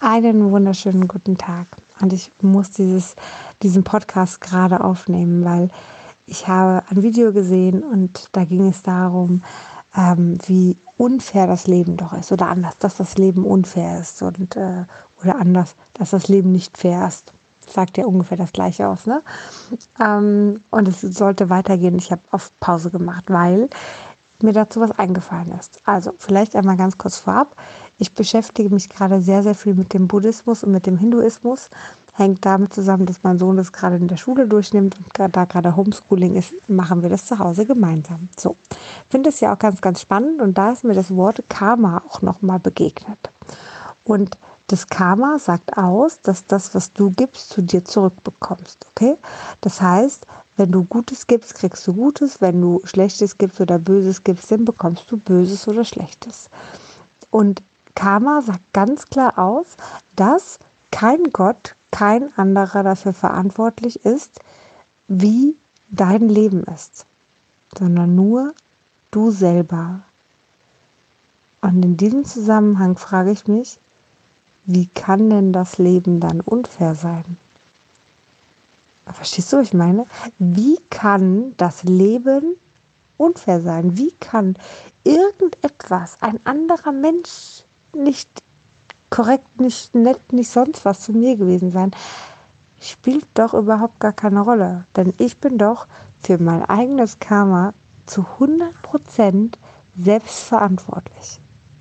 Einen wunderschönen guten Tag. Und ich muss diesen Podcast gerade aufnehmen, weil ich habe ein Video gesehen und da ging es darum, wie unfair das Leben doch ist. Oder anders, dass das Leben unfair ist. Oder anders, dass das Leben nicht fair ist. Sagt ja ungefähr das Gleiche aus, ne? Und es sollte weitergehen. Ich habe auf Pause gemacht, weil mir dazu was eingefallen ist. Also vielleicht einmal ganz kurz vorab. Ich beschäftige mich gerade sehr, sehr viel mit dem Buddhismus und mit dem Hinduismus. Hängt damit zusammen, dass mein Sohn das gerade in der Schule durchnimmt und da gerade Homeschooling ist, machen wir das zu Hause gemeinsam. So, finde es ja auch ganz, ganz spannend und da ist mir das Wort Karma auch nochmal begegnet. Und das Karma sagt aus, dass das, was du gibst, zu dir zurückbekommst. Okay? Das heißt, wenn du Gutes gibst, kriegst du Gutes. Wenn du Schlechtes gibst oder Böses gibst, dann bekommst du Böses oder Schlechtes. Und Karma sagt ganz klar aus, dass kein Gott, kein anderer dafür verantwortlich ist, wie dein Leben ist, sondern nur du selber. Und in diesem Zusammenhang frage ich mich, wie kann denn das Leben dann unfair sein? Verstehst du, was ich meine? Wie kann das Leben unfair sein? Wie kann irgendetwas, ein anderer Mensch, nicht korrekt, nicht nett, nicht sonst was zu mir gewesen sein? Spielt doch überhaupt gar keine Rolle. Denn ich bin doch für mein eigenes Karma zu 100% selbst verantwortlich.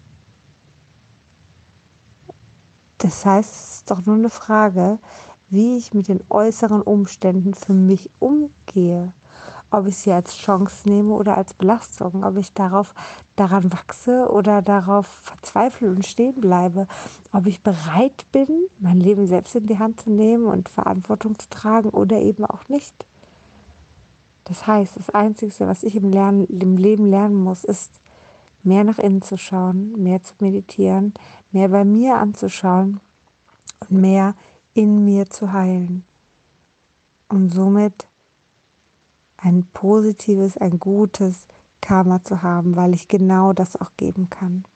Das heißt, es ist doch nur eine Frage, wie ich mit den äußeren Umständen für mich umgehe. Ob ich sie als Chance nehme oder als Belastung. Ob ich daran wachse oder darauf verzweifle und stehen bleibe. Ob ich bereit bin, mein Leben selbst in die Hand zu nehmen und Verantwortung zu tragen oder eben auch nicht. Das heißt, das Einzige, was ich im Leben lernen muss, ist, mehr nach innen zu schauen, mehr zu meditieren, mehr bei mir anzuschauen und mehr in mir zu heilen. Und somit ein positives, ein gutes Karma zu haben, weil ich genau das auch geben kann.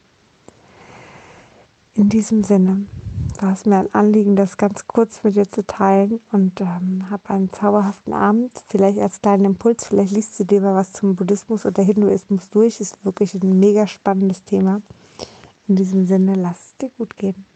In diesem Sinne war es mir ein Anliegen, das ganz kurz mit dir zu teilen und habe einen zauberhaften Abend. Vielleicht als kleinen Impuls, vielleicht liest du dir mal was zum Buddhismus oder Hinduismus durch. Ist wirklich ein mega spannendes Thema. In diesem Sinne, lass es dir gut gehen.